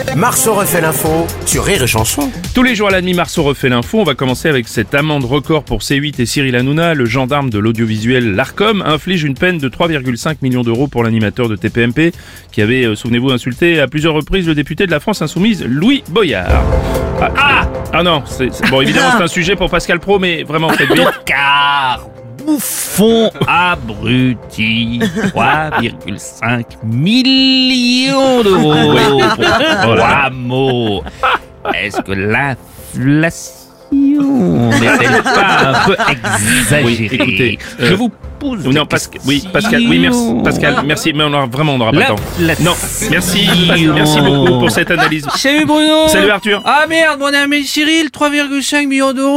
Marceau refait l'info sur Rire et Chanson. Tous les jours à la demi, Marceau refait l'info. On va commencer avec cette amende record pour C8 et Cyril Hanouna. Le gendarme de l'audiovisuel, l'Arcom, inflige une peine de 3,5 millions d'euros pour l'animateur de TPMP qui avait, souvenez-vous, insulté à plusieurs reprises le député de la France Insoumise, Louis Boyard. Ah non, bon, évidemment c'est un sujet pour Pascal Praud, mais vraiment faites vite. Car bouffon abruti, 3,5 millions d'euros pour 3 mots. Est-ce que l'inflation n'est-elle pas un peu exagérée? Oui, écoutez, je vous pose non, Pascal, merci, mais on n'aura pas le temps. Non, merci beaucoup pour cette analyse. Salut Bruno. Salut Arthur. Ah merde, mon ami Cyril, 3,5 millions d'euros.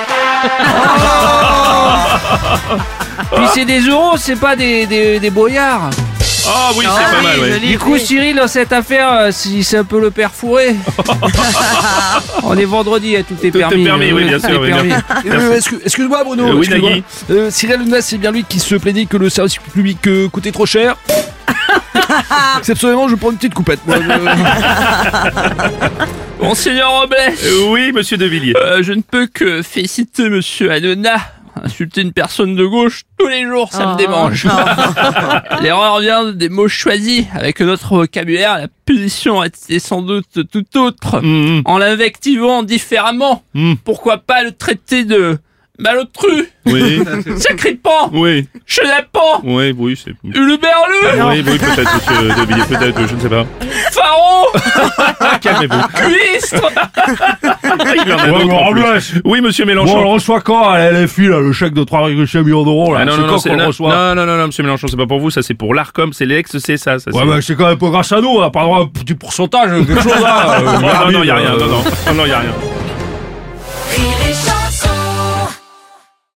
Puis c'est des euros, c'est pas des boyards. Oh oui, c'est pas mal, ouais. Du coup, Cyril, dans cette affaire, c'est un peu le père fourré. On est vendredi, tout est permis. Tout est permis, oui, bien sûr. Oui, Excuse-moi Bruno, oui, Nagui. Cyril Hanouna, c'est bien lui qui se plaignait que le service public coûtait trop cher. Exceptionnellement, je prends une petite coupette. Monseigneur Robles. Oui, monsieur De Villiers. Je ne peux que féliciter monsieur Hanouna. Insulter une personne de gauche tous les jours, ça me démange. L'erreur vient des mots choisis. Avec notre vocabulaire, la position est sans doute tout autre. En l'invectivant différemment. Pourquoi pas le traiter de malotru? Oui. Sacré pan. Oui. Chenapan. Oui, c'est... Huluberlu. Oui, peut-être, monsieur De Villiers, peut-être, je ne sais pas. Pharaon. Calmez-vous. Cuistre. Il en a d'autres en plus. Oui, monsieur Mélenchon. Bon, on le reçoit quand à la LFI, là, le chèque de 3,5 millions d'euros là. Ah, non, c'est non, quand non, qu'on le reçoit? non, monsieur Mélenchon, c'est pas pour vous, ça c'est pour l'Arcom, c'est l'ex-CSA. Ça, Ouais, mais c'est quand même pas grâce à nous, on a pas droit à un petit pourcentage, quelque chose là. non, y a rien, non, y a rien.